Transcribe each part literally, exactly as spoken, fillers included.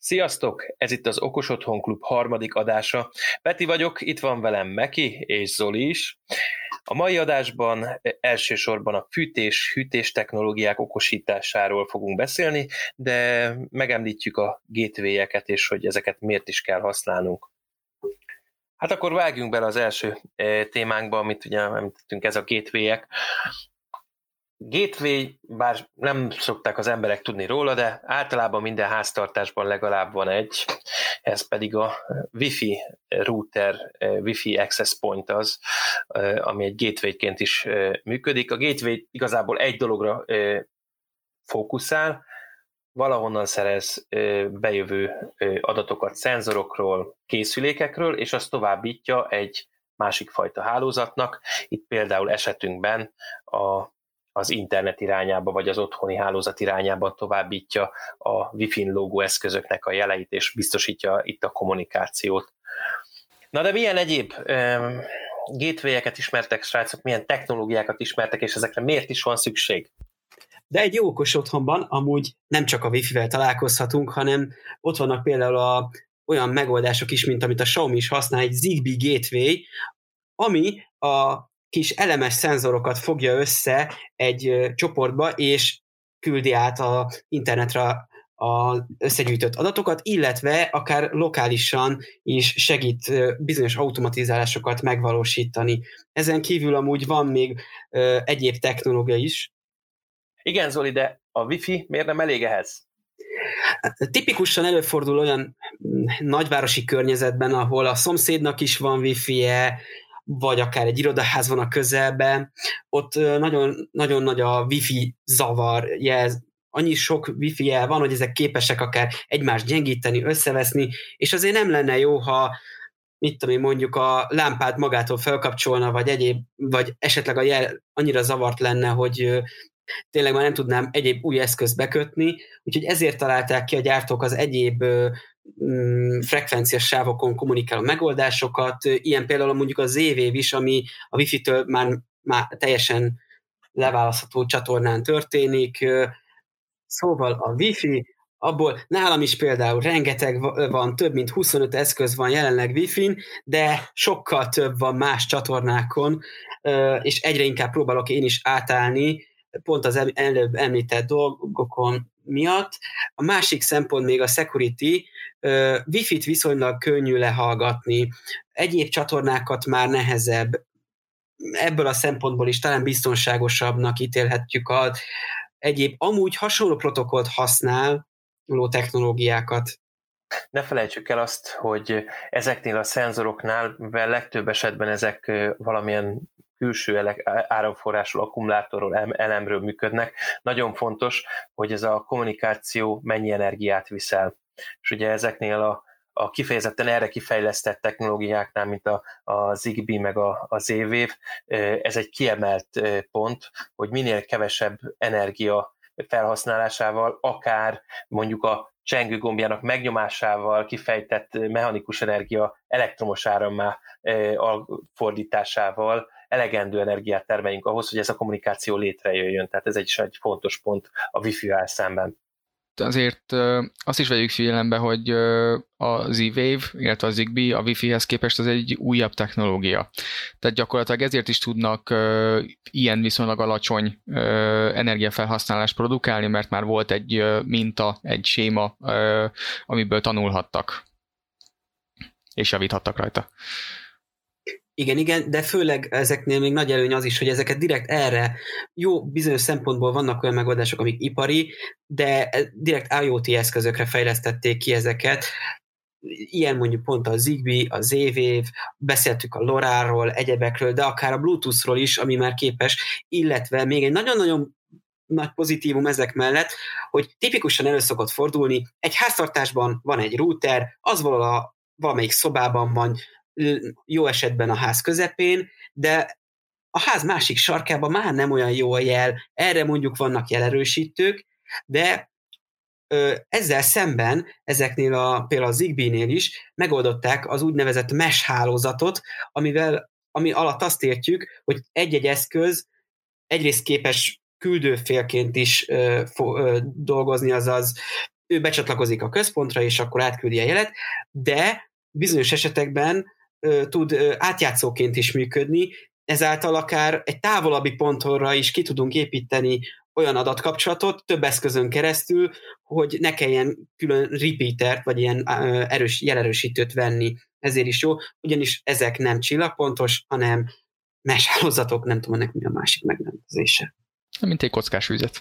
Sziasztok! Ez itt az Okos Otthon Klub harmadik adása. Peti vagyok, itt van velem Meki és Zoli is. A mai adásban elsősorban a fűtés-hűtés technológiák okosításáról fogunk beszélni, de megemlítjük a gateway-eket és hogy ezeket miért is kell használnunk. Hát akkor vágjunk bele az első témánkba, amit ugye említettünk, ez a gateway-ek. Gateway, bár nem szokták az emberek tudni róla, de általában minden háztartásban legalább van egy, ez pedig a Wi-Fi router, Wi-Fi access point az, ami egy gateway-ként is működik. A gateway igazából egy dologra fókuszál, valahonnan szerez bejövő adatokat szenzorokról, készülékekről, és azt továbbítja egy másik fajta hálózatnak. Itt például esetünkben a az internet irányába, vagy az otthoni hálózat irányába továbbítja a Wi-Fi logó eszközöknek a jeleit, és biztosítja itt a kommunikációt. Na de milyen egyéb um, gateway-eket ismertek, srácok, milyen technológiákat ismertek, és ezekre miért is van szükség? De egy jó okos otthonban amúgy nem csak a Wi-Fi-vel találkozhatunk, hanem ott vannak például a, olyan megoldások is, mint amit a Xiaomi is használ, egy Zigbee Gateway, ami a kis elemes szenzorokat fogja össze egy ö, csoportba, és küldi át az internetre az összegyűjtött adatokat, illetve akár lokálisan is segít ö, bizonyos automatizálásokat megvalósítani. Ezen kívül amúgy van még ö, egyéb technológia is. Igen, Zoli, de a Wi-Fi miért nem elég ehhez? Tipikusan előfordul olyan nagyvárosi környezetben, ahol a szomszédnak is van Wi-Fi-je, vagy akár egy irodaház van a közelben, ott nagyon, nagyon nagy a Wi-Fi zavar, jelz, annyi sok Wi-Fi jel van, hogy ezek képesek akár egymást gyengíteni, összeveszni, és azért nem lenne jó, ha mit tudom én, mondjuk a lámpát magától felkapcsolna, vagy egyéb, vagy esetleg a jel annyira zavart lenne, hogy tényleg már nem tudnám egyéb új eszközt bekötni, úgyhogy ezért találták ki a gyártók az egyéb frekvenciás sávokon kommunikáló megoldásokat, ilyen például mondjuk a Z-Wave is, ami a Wi-Fi-től már, már teljesen leválasztható csatornán történik. Szóval a Wi-Fi, abból nálam is például rengeteg van, több mint huszonöt eszköz van jelenleg Wi-Fi-n, de sokkal több van más csatornákon, és egyre inkább próbálok én is átállni, pont az előbb említett dolgokon miatt. A másik szempont még a security, Wi-Fi-t viszonylag könnyű lehallgatni, egyéb csatornákat már nehezebb, ebből a szempontból is talán biztonságosabbnak ítélhetjük az egyéb amúgy hasonló protokollt használó technológiákat. Ne felejtsük el azt, hogy ezeknél a szenzoroknál, mivel legtöbb esetben ezek valamilyen külső áramforrásról, akkumulátorról, elemről működnek, nagyon fontos, hogy ez a kommunikáció mennyi energiát visel. És ugye ezeknél a, a kifejezetten erre kifejlesztett technológiáknál, mint a, a Zigbee meg a, a Z-Wave, ez egy kiemelt pont, hogy minél kevesebb energia felhasználásával, akár mondjuk a csengő gombjának megnyomásával kifejtett mechanikus energia elektromos árammá fordításával elegendő energiát termeljünk ahhoz, hogy ez a kommunikáció létrejöjjön. Tehát ez egy, egy fontos pont a Wi-Fi-vel szemben. Azért azt is vegyük figyelembe, hogy a Z-Wave, illetve a Zigbee a Wi-Fi-hez képest az egy újabb technológia. Tehát gyakorlatilag ezért is tudnak ilyen viszonylag alacsony energiafelhasználást produkálni, mert már volt egy minta, egy séma, amiből tanulhattak, és javíthattak rajta. Igen, igen, de főleg ezeknél még nagy előny az is, hogy ezeket direkt erre, jó, bizonyos szempontból vannak olyan megoldások, amik ipari, de direkt IoT eszközökre fejlesztették ki ezeket. Ilyen mondjuk pont a Zigbee, a Z-Wave, beszéltük a LoRaról, egyebekről, de akár a Bluetoothról is, ami már képes, illetve még egy nagyon-nagyon nagy pozitívum ezek mellett, hogy tipikusan elő szokott fordulni, egy háztartásban van egy router, az valahol valamelyik szobában van, jó esetben a ház közepén, de a ház másik sarkában már nem olyan jó a jel, erre mondjuk vannak jelerősítők, de ö, ezzel szemben, ezeknél a, például a Zigbee-nél is megoldották az úgynevezett mesh hálózatot, amivel, ami alatt azt értjük, hogy egy-egy eszköz egyrészt képes küldőfélként is ö, fo, ö, dolgozni, azaz ő becsatlakozik a központra, és akkor átküldi a jelet, de bizonyos esetekben ö, tud ö, átjátszóként is működni, ezáltal akár egy távolabbi pontra is ki tudunk építeni olyan adatkapcsolatot több eszközön keresztül, hogy ne kelljen külön repeatert, vagy ilyen ö, erős, jelerősítőt venni. Ezért is jó, ugyanis ezek nem csillagpontos, hanem mesh hálózatok, nem tudom, ennek mi a másik megnevezése. Mint egy kockás üzet.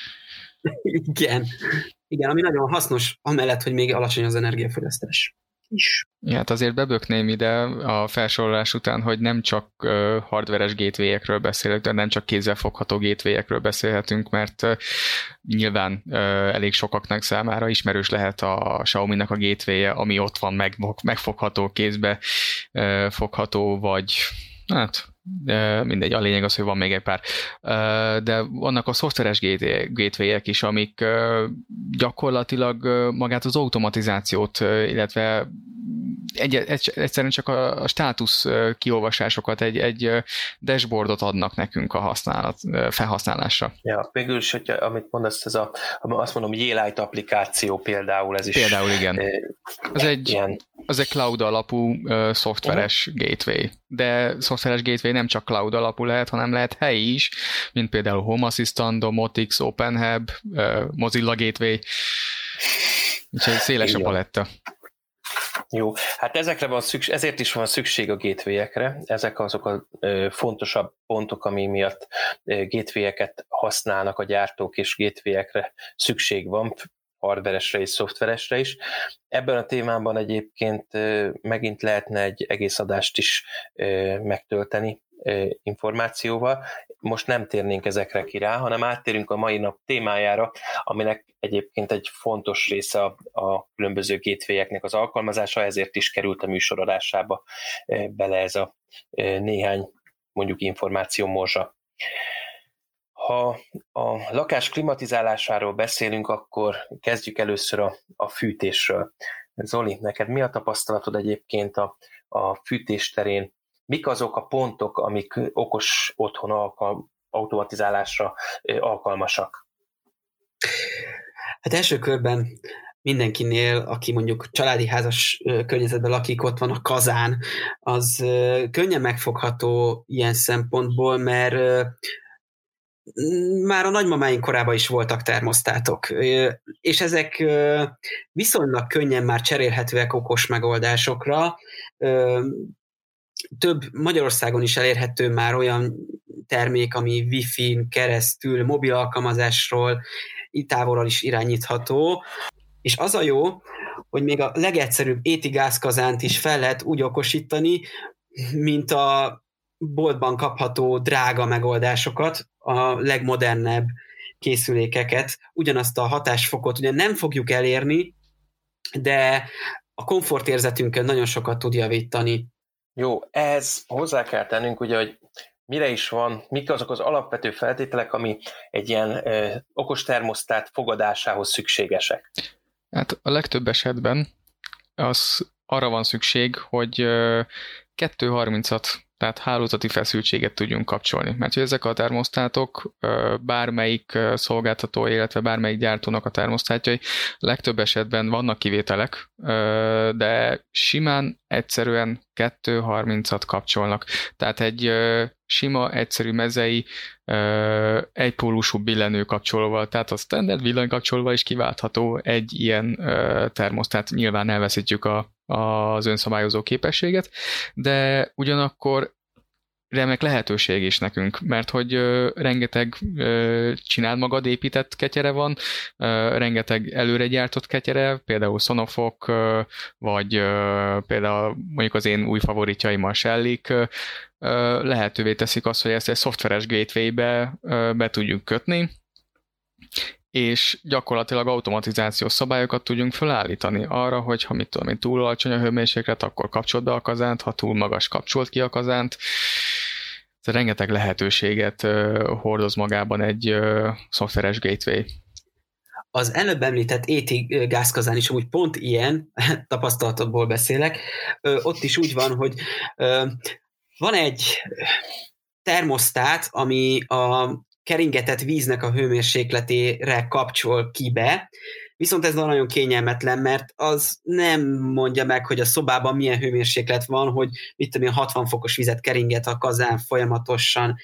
Igen. Igen, ami nagyon hasznos, amellett, hogy még alacsony az energiafogyasztás is. Ja, hát azért bebökném ide a felsorolás után, hogy nem csak uh, hardveres gateway-ekről beszélek, de nem csak kézzelfogható gateway-ekről beszélhetünk, mert uh, nyilván uh, elég sokaknak számára ismerős lehet a Xiaomi-nak a gateway-je, ami ott van meg, megfogható, kézbe uh, fogható, vagy hát mindegy, a lényeg az, hogy van még egy pár. De vannak a szoftveres gateway-ek is, amik gyakorlatilag magát az automatizációt, illetve egy, egy, egyszerűen csak a, a státusz kiolvasásokat, egy, egy dashboardot adnak nekünk a használat, felhasználásra. Ja, végül is, hogy amit mondasz, ez a, azt mondom, J-Lite applikáció például, ez is. Például igen. Ez egy, ilyen... az egy cloud alapú uh, szoftveres uh-huh. gateway. De szoftveres gateway nem csak cloud alapú lehet, hanem lehet helyi is, mint például Home Assistant, Domotix, OpenHub, uh, Mozilla Gateway. Úgyhogy széles a paletta. Jó, hát ezekre van szükség, ezért is van szükség a gateway-ekre. Ezek azok a ö, fontosabb pontok, ami miatt ö, gateway-eket használnak a gyártók, és gateway-ekre szükség van, hardveresre és szoftveresre is. Ebben a témában egyébként ö, megint lehetne egy egész adást is ö, megtölteni ö, információval. Most nem térnénk ezekre ki rá, hanem áttérünk a mai nap témájára, aminek egyébként egy fontos része a, a különböző gateway-eknek az alkalmazása, ezért is került a műsor adásába bele ez a néhány mondjuk információ morzsa. Ha a lakás klimatizálásáról beszélünk, akkor kezdjük először a, a fűtésről. Zoli, neked mi a tapasztalatod egyébként a, a fűtés terén? Mik azok a pontok, amik okos otthon alkalm, automatizálásra alkalmasak? Hát első körben mindenkinél, aki mondjuk családi házas környezetben lakik, ott van a kazán, az könnyen megfogható ilyen szempontból, mert már a nagymamáink korában is voltak termosztátok, és ezek viszonylag könnyen már cserélhetőek okos megoldásokra. Több Magyarországon is elérhető már olyan termék, ami Wi-Fi-n keresztül, mobil alkalmazásról, távolról is irányítható, és az a jó, hogy még a legegyszerűbb éti gázkazánt is fel lehet úgy okosítani, mint a boltban kapható drága megoldásokat, a legmodernebb készülékeket, ugyanazt a hatásfokot ugye nem fogjuk elérni, de a komfortérzetünkön nagyon sokat tud javítani. Jó, ehhez hozzá kell tennünk, ugye, hogy mire is van, mik azok az alapvető feltételek, ami egy ilyen ö, okos termosztát fogadásához szükségesek? Hát a legtöbb esetben az arra van szükség, hogy kettőszázharmincat, tehát hálózati feszültséget tudjunk kapcsolni. Mert hogy ezek a termosztátok bármelyik szolgáltató, illetve bármelyik gyártónak a termosztátjai legtöbb esetben vannak kivételek, de simán egyszerűen kettőszázharmincat kapcsolnak. Tehát egy sima, egyszerű mezei, egypólusú billenő kapcsolóval, tehát a standard villanykapcsolóval is kiváltható egy ilyen termosztát. Nyilván elveszítjük a, az önszabályozó képességet, de ugyanakkor remek lehetőség is nekünk, mert hogy ö, rengeteg ö, csináld magad épített ketyere van, ö, rengeteg előre gyártott ketyere, például Sonofok, ö, vagy ö, például mondjuk az én új favoritjaim a Shellyk, ö, ö, lehetővé teszik azt, hogy ezt egy szoftveres gateway-be ö, be tudjuk kötni, és gyakorlatilag automatizációs szabályokat tudjunk felállítani arra, hogy ha mit tudom én, túl alacsony a hőmérséklet, akkor kapcsold be a kazánt, ha túl magas, kapcsolt ki a kazánt. Ez rengeteg lehetőséget uh, hordoz magában egy uh, szoftveres gateway. Az előbb említett éti gázkazán is úgy pont ilyen, tapasztalatból beszélek, ö, ott is úgy van, hogy ö, van egy termosztát, ami a keringetett víznek a hőmérsékletére kapcsol ki be, Viszont ez nagyon kényelmetlen, mert az nem mondja meg, hogy a szobában milyen hőmérséklet van, hogy mit tudom én, hatvan fokos vizet keringet a kazán folyamatosan.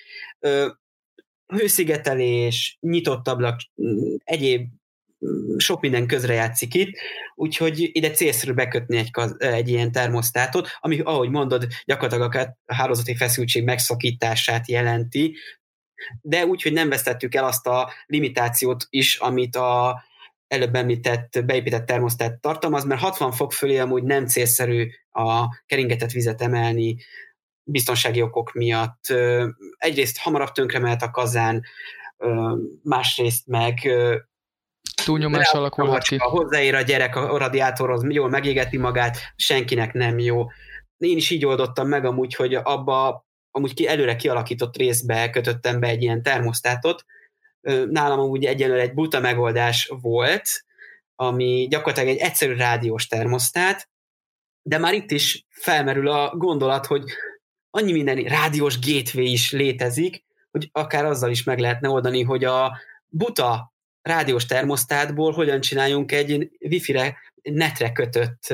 Hőszigetelés, nyitott ablak, egyéb sok minden közrejátszik itt, úgyhogy ide célszerű bekötni egy, egy ilyen termosztátot, ami, ahogy mondod, gyakorlatilag a hálózati feszültség megszakítását jelenti, de úgy, hogy nem vesztettük el azt a limitációt is, amit a előbb említett, beépített termosztát tartalmaz, mert hatvan fok fölé amúgy nem célszerű a keringetett vizet emelni biztonsági okok miatt. Egyrészt hamarabb tönkre mehet a kazán, másrészt meg túlnyomás alakulhat ki. Hozzáér a gyerek a radiátorhoz, jól megégeti magát, senkinek nem jó. Én is így oldottam meg amúgy, hogy abba amúgy ki előre kialakított részbe kötöttem be egy ilyen termosztátot. Nálam amúgy egyenlőre egy buta megoldás volt, ami gyakorlatilag egy egyszerű rádiós termosztát, de már itt is felmerül a gondolat, hogy annyi minden rádiós gateway is létezik, hogy akár azzal is meg lehetne oldani, hogy a buta rádiós termosztátból hogyan csináljunk egy wifi-re, netre kötött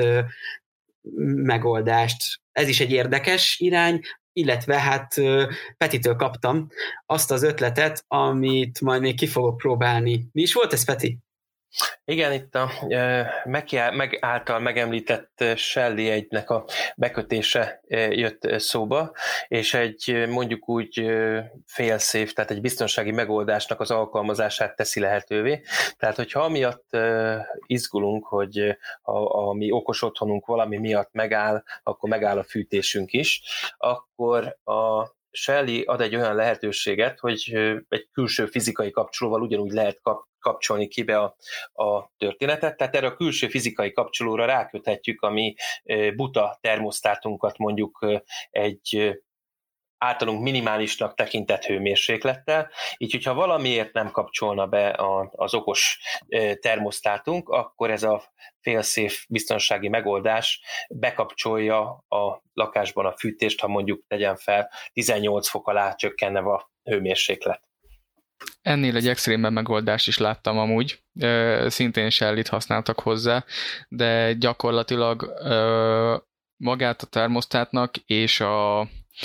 megoldást. Ez is egy érdekes irány, illetve hát Petitől kaptam azt az ötletet, amit majd még ki fogok próbálni. Mi is volt ez, Peti? Igen, itt a meg, meg által megemlített Shelly egynek a bekötése jött szóba, és egy mondjuk úgy fail-safe, tehát egy biztonsági megoldásnak az alkalmazását teszi lehetővé. Tehát, hogyha amiatt izgulunk, hogy a, a mi okos otthonunk valami miatt megáll, akkor megáll a fűtésünk is, akkor a Shelly ad egy olyan lehetőséget, hogy egy külső fizikai kapcsolóval ugyanúgy lehet kap, kapcsolni ki be a, a történetet, tehát erre a külső fizikai kapcsolóra ráköthetjük a mi buta termosztátunkat mondjuk egy általunk minimálisnak tekintett hőmérséklettel, így hogyha valamiért nem kapcsolna be a, az okos termosztátunk, akkor ez a fail-safe biztonsági megoldás bekapcsolja a lakásban a fűtést, ha mondjuk tegyen fel tizennyolc fok alá csökkenne a hőmérséklet. Ennél egy extrémebb megoldást is láttam amúgy, szintén Shellyt használtak hozzá, de gyakorlatilag magát a termosztátnak és a,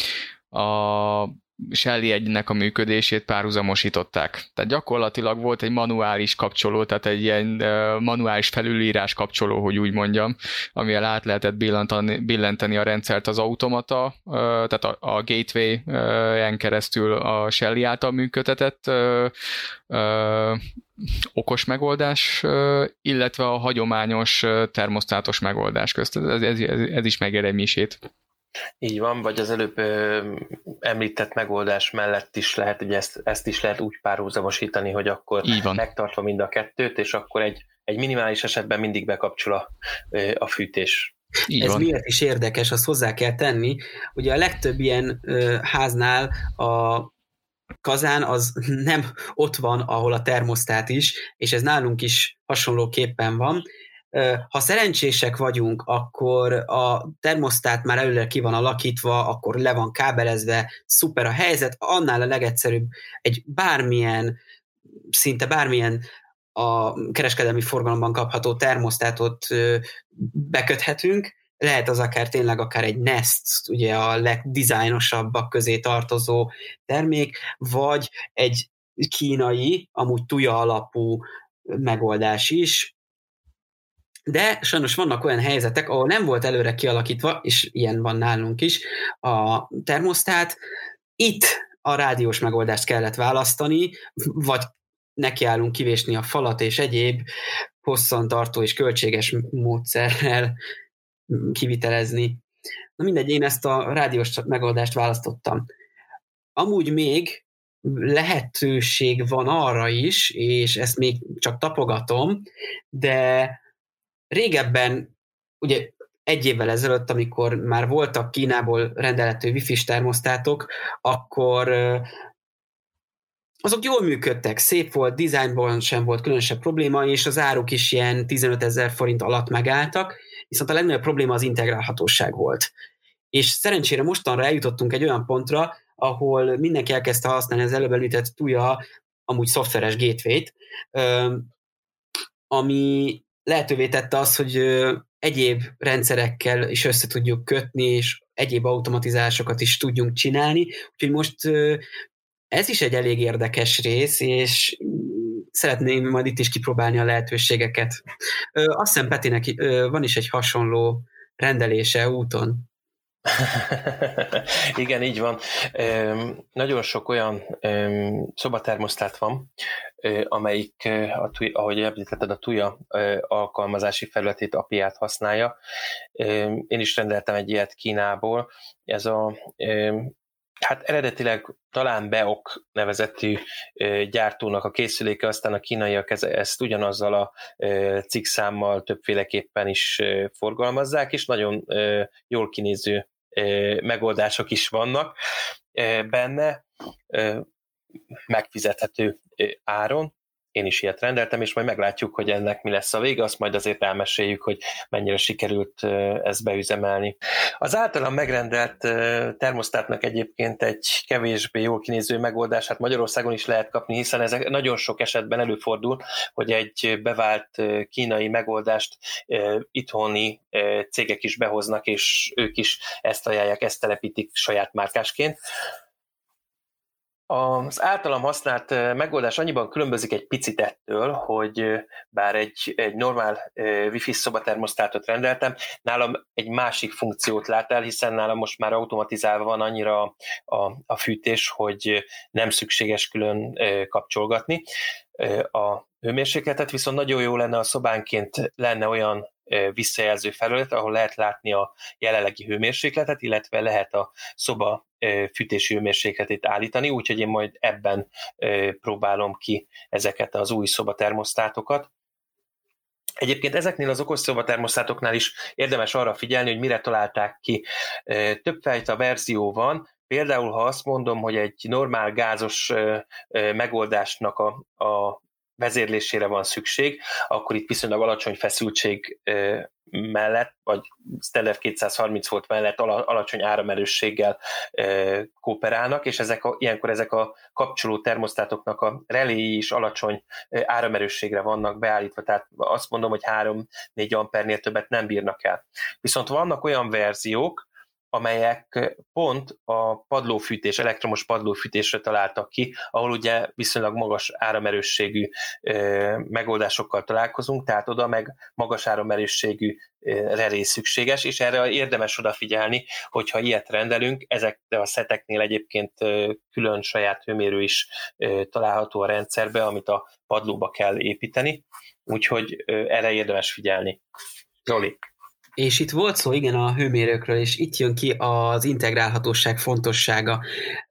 a Shelly egynek a működését párhuzamosították. Tehát gyakorlatilag volt egy manuális kapcsoló, tehát egy ilyen manuális felülírás kapcsoló, hogy úgy mondjam, amivel át lehetett billentani, billenteni a rendszert az automata, tehát a, a gateway-en keresztül a Shelly által működtetett okos megoldás, illetve a hagyományos termosztátos megoldás közt. Ez, ez, ez is megér egy misét. Így van, vagy az előbb ö, említett megoldás mellett is lehet, ugye ezt, ezt is lehet úgy párhuzamosítani, hogy akkor megtartva mind a kettőt, és akkor egy, egy minimális esetben mindig bekapcsol a, a fűtés. Így Ez van. Miért is érdekes, azt hozzá kell tenni. Ugye a legtöbb ilyen ö, háznál a kazán az nem ott van, ahol a termosztát is, és ez nálunk is hasonlóképpen van. Ha szerencsések vagyunk, akkor a termosztát már előre ki van alakítva, akkor le van kábelezve, szuper a helyzet, annál a legegyszerűbb egy bármilyen, szinte bármilyen a kereskedelmi forgalomban kapható termosztátot beköthetünk, lehet az akár tényleg akár egy Nest, ugye a legdizájnosabbak közé tartozó termék, vagy egy kínai, amúgy tuja alapú megoldás is, de sajnos vannak olyan helyzetek, ahol nem volt előre kialakítva, és ilyen van nálunk is, a termosztát. Itt a rádiós megoldást kellett választani, vagy nekiállunk kivésni a falat és egyéb hosszantartó és költséges módszerrel kivitelezni. Na mindegy, én ezt a rádiós megoldást választottam. Amúgy még lehetőség van arra is, és ezt még csak tapogatom, de régebben, ugye egy évvel ezelőtt, amikor már voltak Kínából rendelhető wifi-s termosztátok, akkor azok jól működtek, szép volt, dizájnban sem volt különösebb probléma, és az áruk is ilyen tizenötezer forint alatt megálltak, viszont a legnagyobb probléma az integrálhatóság volt. És szerencsére mostanra eljutottunk egy olyan pontra, ahol mindenki elkezdte használni az előbb említett tuja, amúgy szoftveres gateway-t, ami lehetővé tette azt, hogy egyéb rendszerekkel is össze tudjuk kötni, és egyéb automatizálásokat is tudjunk csinálni. Úgyhogy most ez is egy elég érdekes rész, és szeretném majd itt is kipróbálni a lehetőségeket. Azt hiszem Petinek van is egy hasonló rendelése úton. Igen, így van. Nagyon sok olyan szobatermosztát van, amelyik, ahogy említetted, a Tuya alkalmazási felületét, á pé í-át használja. Én is rendeltem egy ilyet Kínából. Ez a Hát eredetileg talán Beok nevezetű gyártónak a készüléke, aztán a kínaiak ezt ugyanazzal a cikkszámmal többféleképpen is forgalmazzák, és nagyon jól kinéző megoldások is vannak benne, megfizethető áron. Én is ilyet rendeltem, és majd meglátjuk, hogy ennek mi lesz a vége, azt majd azért elmeséljük, hogy mennyire sikerült ezt beüzemelni. Az általam megrendelt termosztátnak egyébként egy kevésbé jól kinéző megoldását Magyarországon is lehet kapni, hiszen ez nagyon sok esetben előfordul, hogy egy bevált kínai megoldást itthoni cégek is behoznak, és ők is ezt ajánlják, ezt telepítik saját márkásként. Az általam használt megoldás annyiban különbözik egy picit ettől, hogy bár egy, egy normál Wi-Fi szobatermosztátot rendeltem, nálam egy másik funkciót lát el, hiszen nálam most már automatizálva van annyira a, a fűtés, hogy nem szükséges külön kapcsolgatni. A hőmérsékletet viszont nagyon jó lenne, a szobánként lenne olyan visszajelző felület, ahol lehet látni a jelenlegi hőmérsékletet, illetve lehet a szoba fűtési hőmérsékletét állítani, úgyhogy én majd ebben próbálom ki ezeket az új szobatermosztátokat. Egyébként ezeknél az okos szobatermosztátoknál is érdemes arra figyelni, hogy mire találták ki. Többfajta verzió van, például ha azt mondom, hogy egy normál gázos megoldásnak a, a vezérlésére van szükség, akkor itt viszonylag alacsony feszültség mellett, vagy standard kétszázharminc volt mellett alacsony áramerősséggel kooperálnak, és ezek a, ilyenkor ezek a kapcsoló termosztátoknak a reléi is alacsony áramerősségre vannak beállítva, tehát azt mondom, hogy három-négy ampernél többet nem bírnak el. Viszont vannak olyan verziók, amelyek pont a padlófűtés, elektromos padlófűtésre találtak ki, ahol ugye viszonylag magas áramerősségű megoldásokkal találkozunk, tehát oda meg magas áramerősségű relé szükséges, és erre érdemes odafigyelni, hogyha ilyet rendelünk, ezekre a szeteknél egyébként külön saját hőmérő is található a rendszerbe, amit a padlóba kell építeni, úgyhogy erre érdemes figyelni. Zoli. És itt volt szó, igen, a hőmérőkről, és itt jön ki az integrálhatóság fontossága.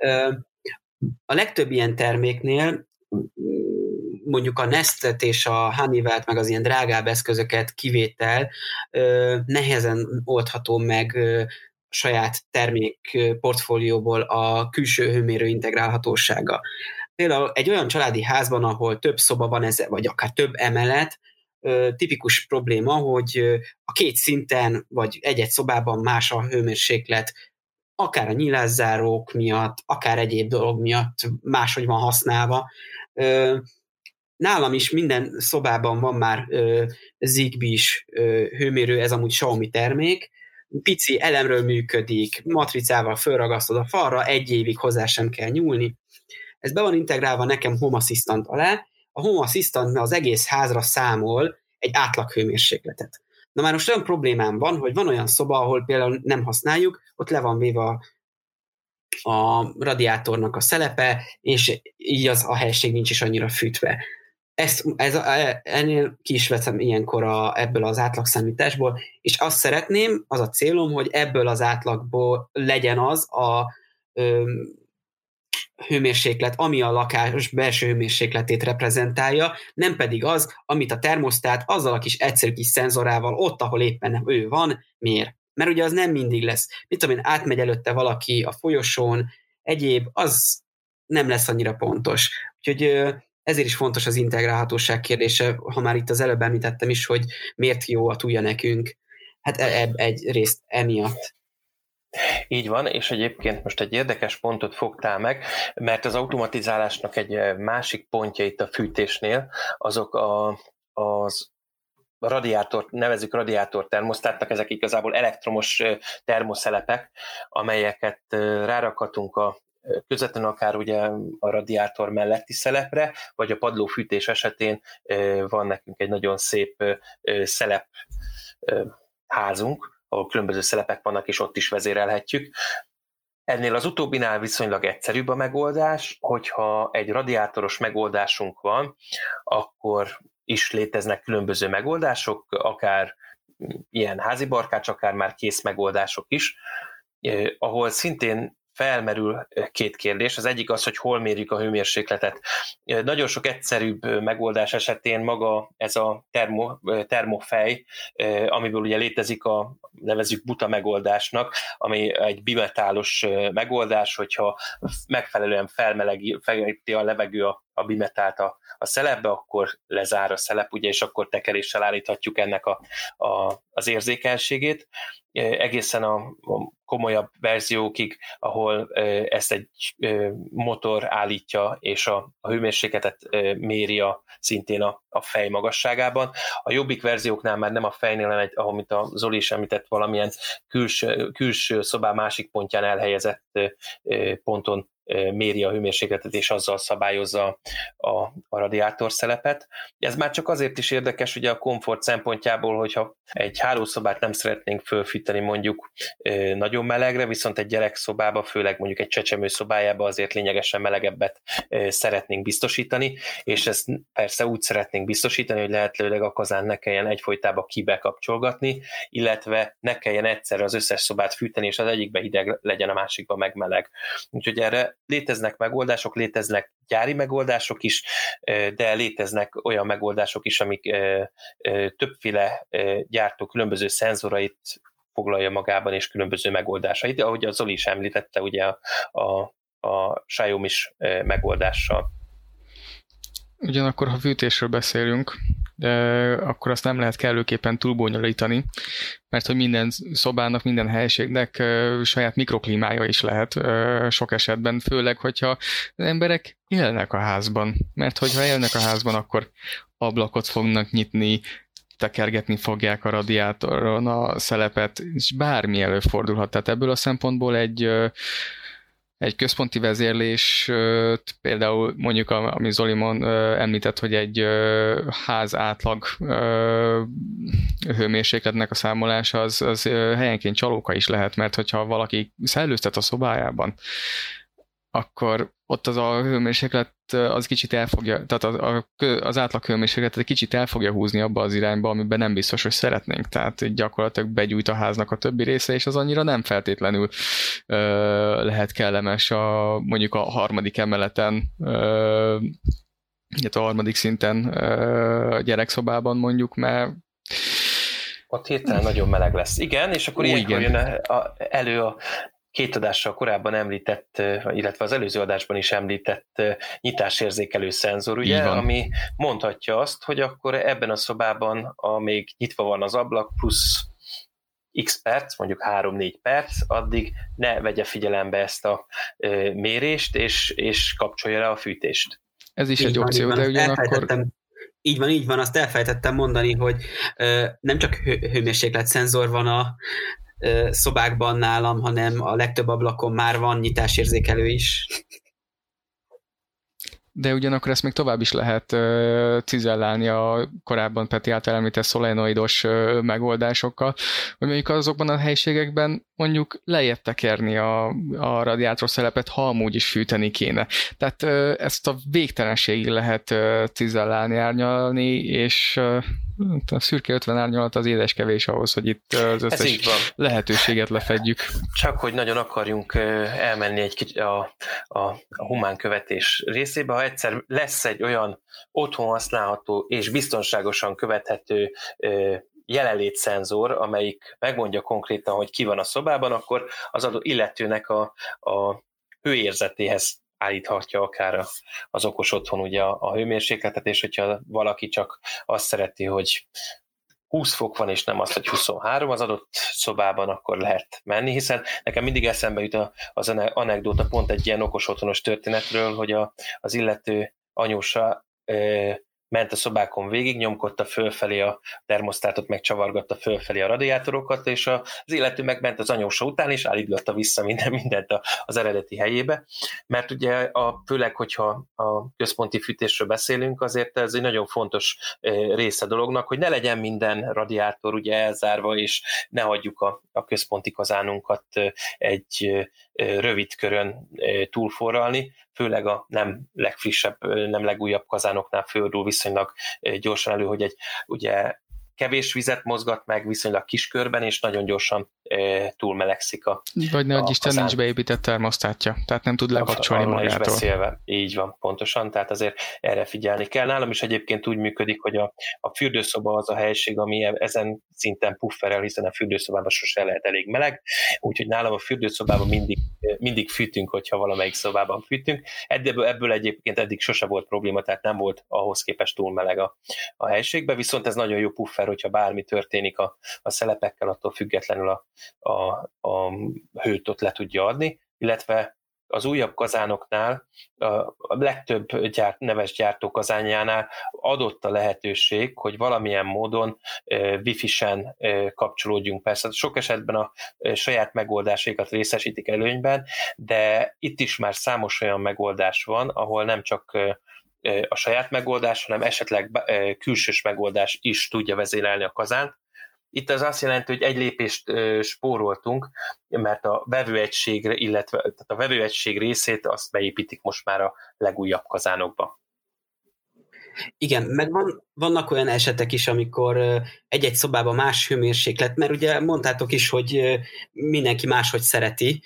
A legtöbb ilyen terméknél, mondjuk a Nestet és a Honeywell-t, meg az ilyen drágább eszközöket kivétel, nehezen oldható meg saját termék portfólióból a külső hőmérő integrálhatósága. Például egy olyan családi házban, ahol több szoba van, ez, vagy akár több emelet, tipikus probléma, hogy a két szinten, vagy egy-egy szobában más a hőmérséklet, akár a nyilászárók miatt, akár egyéb dolog miatt máshogy van használva. Nálam is minden szobában van már Zigbee-s hőmérő, ez amúgy Xiaomi termék, pici elemről működik, matricával fölragasztod a falra, egy évig hozzá sem kell nyúlni. Ez be van integrálva nekem Home Assistant alá. A Home Assistant az egész házra számol egy átlag hőmérsékletet. Na már most olyan problémám van, hogy van olyan szoba, ahol például nem használjuk, ott le van véve a, a radiátornak a szelepe, és így az a helység nincs is annyira fűtve. Ezt, ez, ennél ki is veszem ilyenkor a, ebből az átlagszámításból, és azt szeretném, az a célom, hogy ebből az átlagból legyen az a ö, hőmérséklet, ami a lakás belső hőmérsékletét reprezentálja, nem pedig az, amit a termosztát azzal a kis egyszerű kis szenzorával ott, ahol éppen ő van, mér. Mert ugye az nem mindig lesz. Mit tudom én, átmegy előtte valaki a folyosón, egyéb, az nem lesz annyira pontos. Úgyhogy ezért is fontos az integrálhatóság kérdése, ha már itt az előbb említettem is, hogy miért jó a Tuya nekünk. Hát e- egy részt emiatt. Így van, és egyébként most egy érdekes pontot fogtál meg, mert az automatizálásnak egy másik pontja itt a fűtésnél, azok a, az radiátor, nevezzük radiátor termosztátnak, ezek igazából elektromos termoszelepek, amelyeket rárakhatunk a közvetlenül akár ugye a radiátor melletti szelepre, vagy a padlófűtés esetén van nekünk egy nagyon szép szelep házunk, ahol különböző szelepek vannak, és ott is vezérelhetjük. Ennél az utóbbinál viszonylag egyszerűbb a megoldás, hogyha egy radiátoros megoldásunk van, akkor is léteznek különböző megoldások, akár ilyen házi barkács, akár már kész megoldások is, ahol szintén felmerül két kérdés. Az egyik az, hogy hol mérjük a hőmérsékletet. Nagyon sok egyszerűbb megoldás esetén maga ez a termo, termofej, amiből ugye létezik a nevezzük buta megoldásnak, ami egy bimetálos megoldás, hogyha megfelelően felmelegíti a levegő a, a bimetált a, a szelepbe, akkor lezár a szelep, ugye, és akkor tekeréssel állíthatjuk ennek a, a, az érzékenységét. Egészen a, a komolyabb verziókig, ahol ezt egy motor állítja, és a, a hőmérsékletet méri a, szintén a, a fej magasságában. A jobbik verzióknál már nem a fejnél, hanem egy, ahol, mint a Zoli is említett, valamilyen külső, külső szobá másik pontján elhelyezett ponton méri a hőmérsékletet, és azzal szabályozza a, a radiátorszelepet. Ez már csak azért is érdekes, ugye a komfort szempontjából, hogyha egy hálószobát nem szeretnénk fölfűteni mondjuk nagyon melegre, viszont egy gyerekszobába, főleg mondjuk egy csecsemő szobájába azért lényegesen melegebbet szeretnénk biztosítani, és ezt persze úgy szeretnénk biztosítani, hogy lehetőleg a kazánt ne kelljen egyfolytában kibekapcsolgatni, illetve ne kelljen egyszerre az összes szobát fűteni, és az egyikbe hideg legyen, a másikba meg meleg. Úgyhogy erre léteznek megoldások, léteznek gyári megoldások is, de léteznek olyan megoldások is, amik többféle gyártó különböző szenzorait foglalja magában, és különböző megoldásait, de ahogy a Zoli is említette, ugye a, a, a Xiaomi-s megoldással. Ugyanakkor, ha fűtésről beszélünk, de akkor azt nem lehet kellőképpen túlbonyolítani, mert hogy minden szobának, minden helyiségnek uh, saját mikroklímája is lehet uh, sok esetben, főleg, hogyha az emberek élnek a házban. Mert hogyha élnek a házban, akkor ablakot fognak nyitni, tekergetni fogják a radiátoron a szelepet, és bármi előfordulhat. Tehát ebből a szempontból egy uh, egy központi vezérlés, például mondjuk, ami Zolimon említett, hogy egy ház átlag hőmérsékletnek a számolása, az, az helyenként csalóka is lehet, mert hogyha valaki szellőztet a szobájában, akkor ott az a hőmérséklet az kicsit el fogja, tehát az, az átlag hőmérsékletet egy kicsit el fogja húzni abba az irányba, amiben nem biztos, hogy szeretnénk. Tehát gyakorlatilag begyújt a háznak a többi része, és az annyira nem feltétlenül ö, lehet kellemes a, mondjuk a harmadik emeleten, ö, a harmadik szinten ö, a gyerekszobában mondjuk, mert ott hirtelen nagyon meleg lesz. Igen, és akkor ilyenkor jön a, a, elő a két adással korábban említett, illetve az előző adásban is említett nyitásérzékelő szenzor, ugye, ami mondhatja azt, hogy akkor ebben a szobában, amíg nyitva van az ablak, plusz x perc, mondjuk három-négy perc, addig ne vegye figyelembe ezt a mérést, és, és kapcsolja le a fűtést. Ez is így egy van, opció, van, de ugyanakkor... Így van, így van, azt elfelejtettem mondani, hogy ö, nem csak hő, hőmérséklet szenzor van a szobákban nálam, hanem a legtöbb ablakon már van nyitásérzékelő is. De ugyanakkor ezt még tovább is lehet uh, cizellálni a korábban Peti által említett szolenoidos uh, megoldásokkal, hogy mondjuk azokban a helységekben mondjuk lejjebb tekerni a, a radiátorszelepet, ha amúgy is fűteni kéne. Tehát uh, ezt a végtelenségig lehet uh, cizellálni, árnyalni, és uh, a szürke ötven árnyalat az édes kevés ahhoz, hogy itt az összes lehetőséget lefedjük. Csak hogy nagyon akarjunk elmenni egy kicsit a, a, a humán követés részébe, ha egyszer lesz egy olyan otthon használható és biztonságosan követhető jelenlétszenzor, amelyik megmondja konkrétan, hogy ki van a szobában, akkor az adott illetőnek a, a hőérzetéhez állíthatja akár az okos otthon ugye a, a hőmérsékletet, és hogyha valaki csak azt szereti, hogy húsz fok van, és nem azt, hogy huszonhárom az adott szobában, akkor lehet menni, hiszen nekem mindig eszembe jut az anekdóta pont egy ilyen okos otthonos történetről, hogy a, az illető anyósa e, ment a szobákon végig, nyomkodta fölfelé a termosztátot, meg csavargatta fölfelé a radiátorokat, és az illető megment az anyósa után, és állítgatta vissza minden, mindent az eredeti helyébe, mert ugye a, főleg, hogyha a központi fűtésről beszélünk, azért ez egy nagyon fontos része dolognak, hogy ne legyen minden radiátor ugye elzárva, és ne hagyjuk a, a központi kazánunkat egy rövid körön túlforralni, főleg a nem legfrissebb, nem legújabb kazánoknál fordul viszonylag gyorsan elő, hogy egy ugye kevés vizet mozgat meg viszonylag kis körben, és nagyon gyorsan e, túlmelegszik a Vagy ne adj Isten, nincs beépített termosztátja, tehát nem tud lekapcsolni magától. Is beszélve. Így van, pontosan, tehát azért erre figyelni kell. Nálam is egyébként úgy működik, hogy a, a fürdőszoba az a helység, ami ezen szinten pufferel, hiszen a fürdőszobában sose lehet elég meleg, úgyhogy nálam a fürdőszobában mindig, mindig fűtünk, hogyha valamelyik szobában fűtünk. Ebből, ebből egyébként eddig sose volt probléma, tehát nem volt ahhoz képest túl meleg a, a helységben, viszont ez nagyon jó puffer, hogyha bármi történik a, a szelepekkel, attól függetlenül a, a, a hőt ott le tudja adni, illetve az újabb kazánoknál, a legtöbb gyárt, neves gyártó kazánjánál adott a lehetőség, hogy valamilyen módon wifi-sen kapcsolódjunk. Persze sok esetben a saját megoldásaikat részesítik előnyben, de itt is már számos olyan megoldás van, ahol nem csak a saját megoldás, hanem esetleg külsős megoldás is tudja vezérelni a kazánt. Itt az azt jelenti, hogy egy lépést spóroltunk, mert a vevőegységre, illetve tehát a vevőegység részét azt beépítik most már a legújabb kazánokba. Igen, meg van, vannak olyan esetek is, amikor egy-egy szobában más hőmérséklet, mert ugye mondtátok is, hogy mindenki máshogy szereti.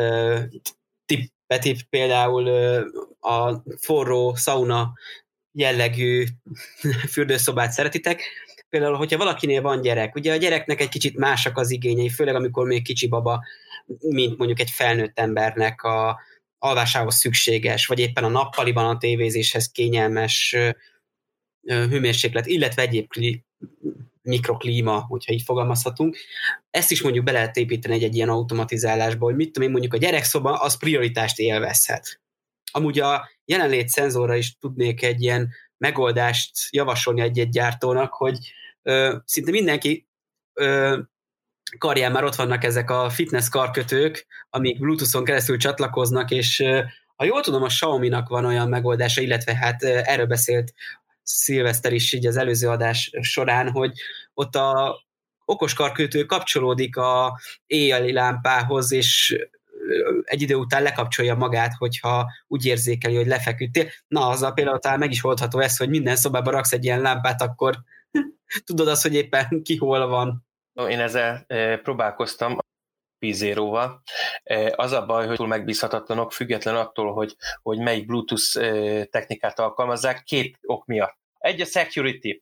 Peti például a forró szauna jellegű fürdőszobát szeretitek. Például, hogyha valakinél van gyerek, ugye a gyereknek egy kicsit másak az igényei, főleg amikor még kicsi baba, mint mondjuk egy felnőtt embernek a alvásához szükséges, vagy éppen a nappaliban a tévézéshez kényelmes hőmérséklet, illetve egyéb mikroklíma, hogyha így fogalmazhatunk. Ezt is mondjuk be lehet építeni egy, egy ilyen automatizálásba, hogy mit tudom én, mondjuk a gyerekszoba az prioritást élvezhet. Amúgy a jelenlét szenzorra is tudnék egy ilyen megoldást javasolni egy-egy gyártónak, hogy ö, szinte mindenki ö, karján már ott vannak ezek a fitness karkötők, amik Bluetooth-on keresztül csatlakoznak, és ö, ha jól tudom, a Xiaomi-nak van olyan megoldása, illetve hát ö, erről beszélt Szilveszter is így az előző adás során, hogy ott a okos karkötő kapcsolódik a éjjeli lámpához, és egy idő után lekapcsolja magát, hogyha úgy érzékeli, hogy lefeküdtél. Na, azzal például talán meg is oldható ez, hogy minden szobában raksz egy ilyen lámpát, akkor tudod azt, hogy éppen ki hol van. Én ezzel próbálkoztam P-Zeroval. Az a baj, hogy túl megbízhatatlanok, független attól, hogy, hogy melyik Bluetooth technikát alkalmazzák, két ok miatt. Egy a security.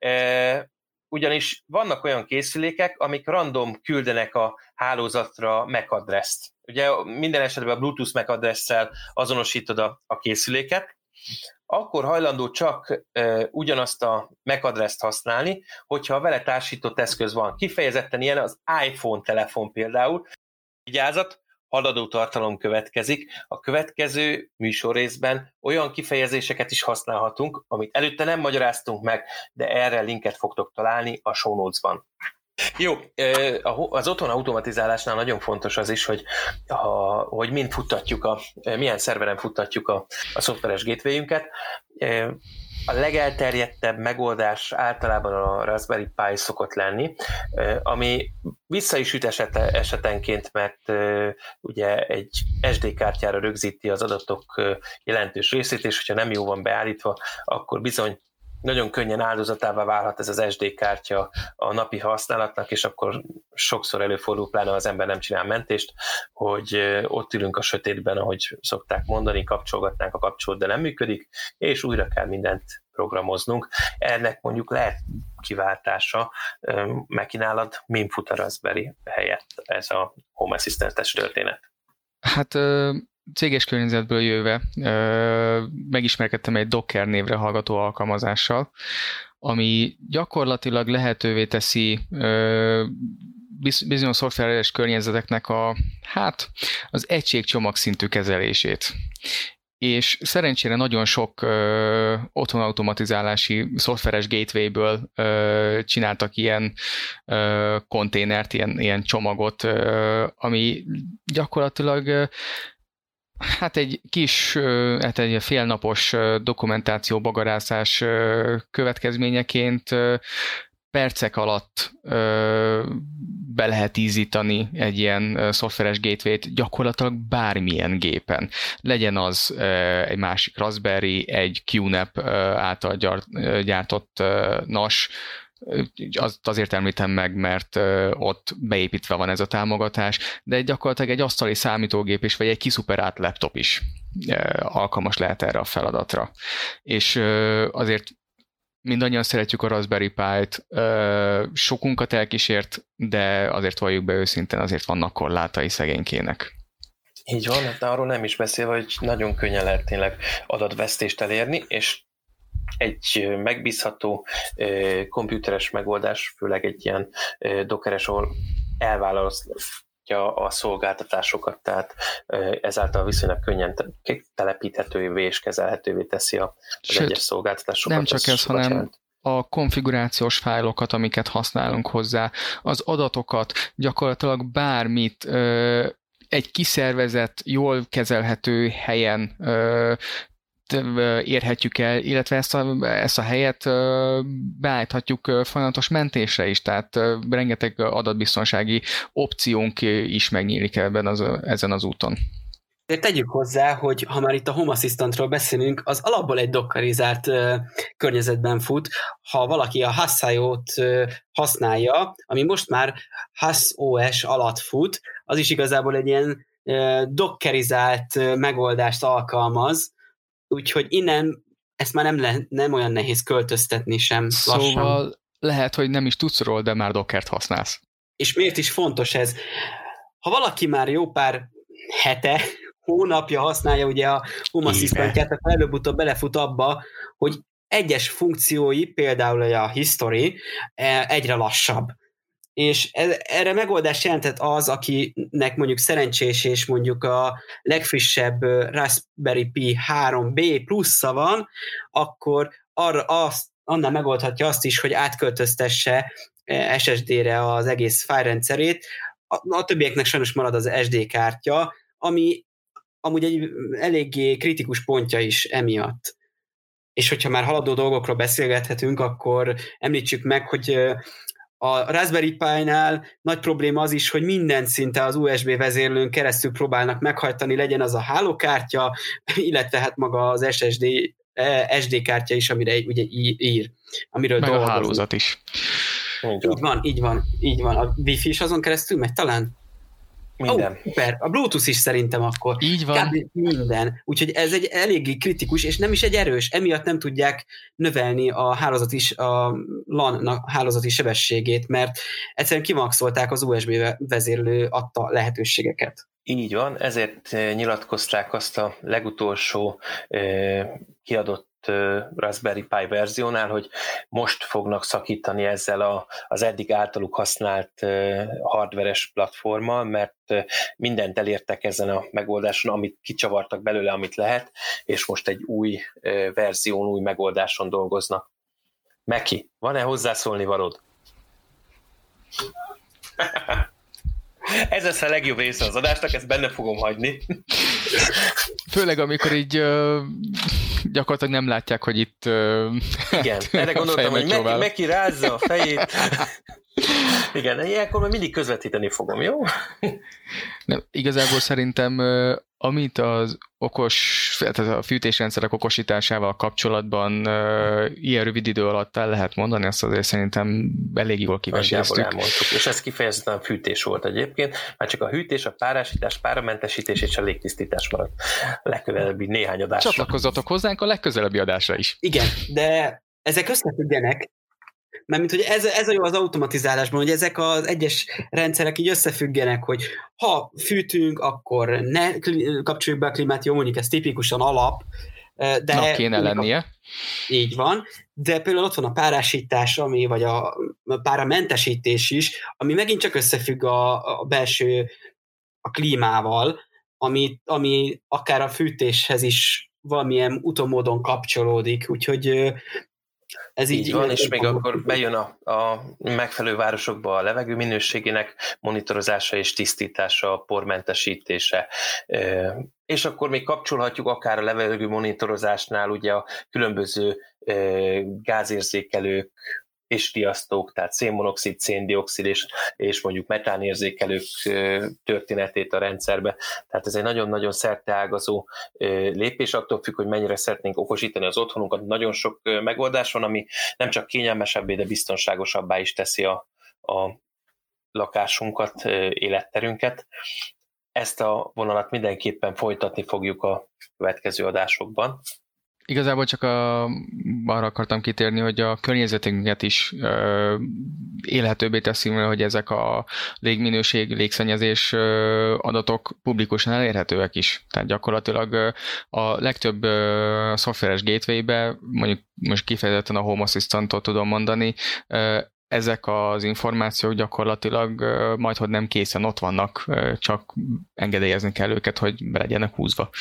Ugyanis vannak olyan készülékek, amik random küldenek a hálózatra M A C addresszt. Ugye minden esetben a Bluetooth M A C addresszel azonosítod a, a készüléket, akkor hajlandó csak e, ugyanazt a M A C addresszt használni, hogyha a vele társított eszköz van. Kifejezetten ilyen az iPhone telefon például. Vigyázat, haladó tartalom következik. A következő műsorrészben olyan kifejezéseket is használhatunk, amit előtte nem magyaráztunk meg, de erre linket fogtok találni a show notes-ban. Jó, az otthon automatizálásnál nagyon fontos az is, hogy, a, hogy mind futtatjuk, a, milyen szerveren futtatjuk a, a szoftveres gateway-ünket. A legelterjedtebb megoldás általában a Raspberry Pi szokott lenni, ami vissza is üt esetenként, mert ugye egy es dé kártyára rögzíti az adatok jelentős részét, és hogyha nem jó van beállítva, akkor bizony nagyon könnyen áldozatává válhat ez az es dé kártya a napi használatnak, és akkor sokszor előfordul, pláne az ember nem csinál mentést, hogy ott ülünk a sötétben, ahogy szokták mondani, kapcsolgatnánk a kapcsolót, de nem működik, és újra kell mindent programoznunk. Ennek mondjuk lehet kiváltása, megkínálad, min fut a Raspberry helyett ez a Home Assistant-es történet. Hát céges környezetből jöve megismerkedtem egy Docker névre hallgató alkalmazással, ami gyakorlatilag lehetővé teszi bizonyos szoftveres környezeteknek a, hát, az egységcsomag szintű kezelését. és szerencsére nagyon sok ö, otthonautomatizálási szoftveres gatewayből ö, csináltak ilyen ö, konténert, ilyen, ilyen csomagot, ö, ami gyakorlatilag ö, hát egy kis, ö, hát egy félnapos dokumentáció bagarászás ö, következményeként ö, percek alatt ö, be lehet ízítani egy ilyen ö, szoftveres gateway-t gyakorlatilag bármilyen gépen. Legyen az ö, egy másik Raspberry, egy Q N A P ö, által gyart, ö, gyártott ö, N A S, azt azért említem meg, mert ö, ott beépítve van ez a támogatás, de gyakorlatilag egy asztali számítógép is, vagy egy kiszuperált laptop is ö, alkalmas lehet erre a feladatra. És ö, azért mindannyian szeretjük a Raspberry Pi-t, sokunkat elkísért, de azért valljuk be őszintén, azért vannak korlátai szegénykének. Így van, de arról nem is beszélve, hogy nagyon könnyen lehet tényleg adatvesztést elérni, és egy megbízható komputeres megoldás, főleg egy ilyen dockeres, ahol elválasztja a szolgáltatásokat, tehát ezáltal viszonylag könnyen telepíthetővé és kezelhetővé teszi az Sőt, egyes szolgáltatásokat. Nem csak ez, hanem jelent. A konfigurációs fájlokat, amiket használunk hozzá, az adatokat, gyakorlatilag bármit egy kiszervezett, jól kezelhető helyen érhetjük el, illetve ezt a, ezt a helyet beállíthatjuk folyamatos mentésre is, tehát rengeteg adatbiztonsági opciónk is megnyílik ebben az, ezen az úton. De tegyük hozzá, hogy ha már itt a Home Assistantról beszélünk, az alapból egy dockerizált uh, környezetben fut. Ha valaki a Hush-ot uh, használja, ami most már Hush o es alatt fut, az is igazából egy ilyen uh, dockerizált uh, megoldást alkalmaz, úgyhogy innen ezt már nem, le, nem olyan nehéz költöztetni sem lassan. Szóval lehet, hogy nem is tudsz róla, de már Dockert használsz. És miért is fontos ez? Ha valaki már jó pár hete, hónapja használja ugye a Home Assistant-ját, akkor előbb-utóbb belefut abba, hogy egyes funkciói, például a history, egyre lassabb. És erre megoldás jelentett az, akinek mondjuk szerencsés és mondjuk a legfrissebb Raspberry Pi három bé plusza van, akkor arra azt, annál megoldhatja azt is, hogy átköltöztesse es es dé-re az egész fájlrendszerét. A, a többieknek sajnos marad az es dé kártya, ami amúgy egy eléggé kritikus pontja is emiatt. És hogyha már haladó dolgokról beszélgethetünk, akkor említsük meg, hogy a Raspberry Pi-nál nagy probléma az is, hogy minden szinte az u es bé vezérlőn keresztül próbálnak meghajtani, legyen az a hálókártya, illetve hát maga az es es dé, es dé kártya is, amire ugye ír, amiről meg dolgozunk. A hálózat is. Így van, így van, így van. A Wi-Fi is azon keresztül megy talán? Minden. Oh, super. A Bluetooth is szerintem akkor. Így van. Kb. Minden. Úgyhogy ez egy eléggé kritikus, és nem is egy erős. Emiatt nem tudják növelni a hálózat is, a LAN hálózati sebességét, mert egyszerűen kimaxolták az u es bé vezérlő adta lehetőségeket. Így van, ezért nyilatkozták azt a legutolsó eh, kiadott Raspberry Pi verziónál, hogy most fognak szakítani ezzel a, az eddig általuk használt uh, hardveres platformmal, mert uh, mindent elértek ezen a megoldáson, amit kicsavartak belőle, amit lehet, és most egy új uh, verzión, új megoldáson dolgoznak. Meki, van-e hozzászólni valód? Ez lesz a legjobb része az adásnak, ezt benne fogom hagyni. Főleg, amikor így uh, gyakorlatilag nem látják, hogy itt uh, igen, erre gondoltam, hogy Meki, Meki rázza a fejét. Igen, ilyenkor már mindig közvetíteni fogom, jó? Nem, igazából szerintem uh, amit az okos, tehát a fűtésrendszerek okosításával kapcsolatban uh, ilyen rövid idő alatt el lehet mondani, azt azért szerintem elég jól kiveséztük. elmondtuk, és ez kifejezetten a fűtés volt egyébként, már csak a hűtés, a párásítás, páramentesítés és a légtisztítás maradt legközelebbi néhány adásra. Csatlakozzatok hozzánk a legközelebbi adásra is. Igen, de ezek összefüggenek, mert mint hogy ez, ez a jó az automatizálásban, hogy ezek az egyes rendszerek így összefüggenek, hogy ha fűtünk, akkor ne kapcsoljuk be a klímát, jó, mondjuk ez tipikusan alap, de... Na, kéne lennie. A, így van, de például ott van a párásítás, ami, vagy a páramentesítés is, ami megint csak összefügg a, a belső a klímával, ami, ami akár a fűtéshez is valamilyen utómódon kapcsolódik, úgyhogy ez így, így van, és még akkor bejön a, a megfelelő városokba a levegő minőségének monitorozása és tisztítása, pormentesítése, és akkor még kapcsolhatjuk akár a levegő monitorozásnál ugye a különböző gázérzékelők és riasztók, tehát szénmonoxid, széndioxid és, és mondjuk metánérzékelők történetét a rendszerbe. Tehát ez egy nagyon-nagyon szerteágazó lépés, attól függ, hogy mennyire szeretnénk okosítani az otthonunkat. Nagyon sok megoldás van, ami nem csak kényelmesebbé, de biztonságosabbá is teszi a, a lakásunkat, életterünket. Ezt a vonalat mindenképpen folytatni fogjuk a következő adásokban. Igazából csak a, arra akartam kitérni, hogy a környezetünket is ö, élhetőbbé teszi, hogy ezek a légminőség, légszennyezés ö, adatok publikusan elérhetőek is. Tehát gyakorlatilag ö, a legtöbb ö, szoftveres gateway-be, mondjuk most kifejezetten a Home Assistant-ot tudom mondani, ö, ezek az információk gyakorlatilag ö, majdhogy nem készen ott vannak, ö, csak engedélyezni kell őket, hogy be legyenek húzva.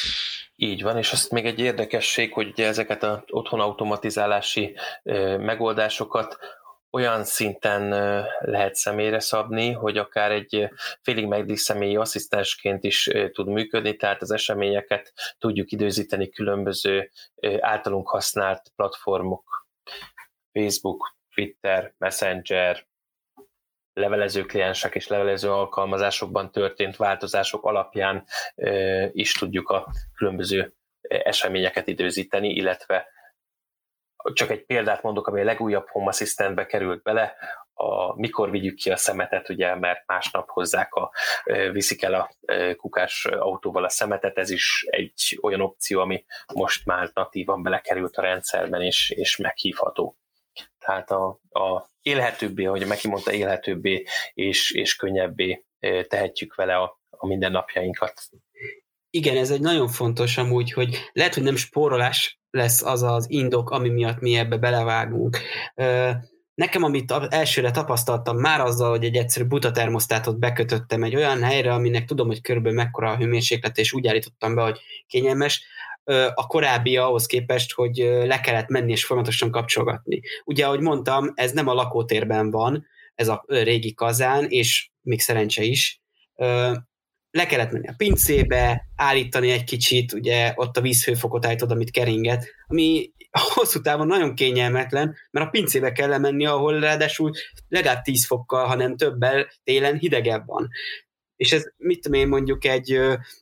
Így van, és azt még egy érdekesség, hogy ugye ezeket az otthon automatizálási megoldásokat olyan szinten lehet személyre szabni, hogy akár egy félig meddig személyi asszisztensként is tud működni, tehát az eseményeket tudjuk időzíteni különböző általunk használt platformok, Facebook, Twitter, Messenger, levelező kliensek és levelező alkalmazásokban történt változások alapján e, is tudjuk a különböző eseményeket időzíteni, illetve csak egy példát mondok, ami a legújabb Home Assistantbe került bele, a, mikor vigyük ki a szemetet, ugye, mert másnap hozzák a, viszik el a kukás autóval a szemetet, ez is egy olyan opció, ami most már natívan belekerült a rendszerben, és, és meghívható. Tehát a, a élhetőbbé, ahogy Meki mondta, élhetőbbé és, és könnyebbé tehetjük vele a, a mindennapjainkat. Igen, ez egy nagyon fontos amúgy, hogy lehet, hogy nem spórolás lesz az az indok, ami miatt mi ebbe belevágunk. Nekem, amit elsőre tapasztaltam már azzal, hogy egy egyszerű buta termosztátot bekötöttem egy olyan helyre, aminek tudom, hogy körülbelül mekkora a hőmérséklet, és úgy állítottam be, hogy kényelmes, a korábbi ahhoz képest, hogy le kellett menni és folyamatosan kapcsolgatni. Ugye, ahogy mondtam, ez nem a lakótérben van, ez a régi kazán, és még szerencse is. Le kellett menni a pincébe, állítani egy kicsit, ugye ott a vízhőfokot állítod, amit keringet, ami hosszú távon nagyon kényelmetlen, mert a pincébe kell lemenni, ahol ráadásul legalább tíz fokkal, hanem többel télen hidegebb van. És ez, mit tudom én, mondjuk egy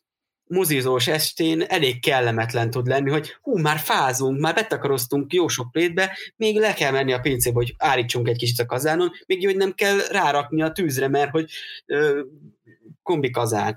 mozizós estén elég kellemetlen tud lenni, hogy hú, már fázunk, már betakaroztunk jó sok plétbe, még le kell menni a pincébe, hogy állítsunk egy kicsit a kazánon, még jó, hogy nem kell rárakni a tűzre, mert hogy ö, kombi kazán.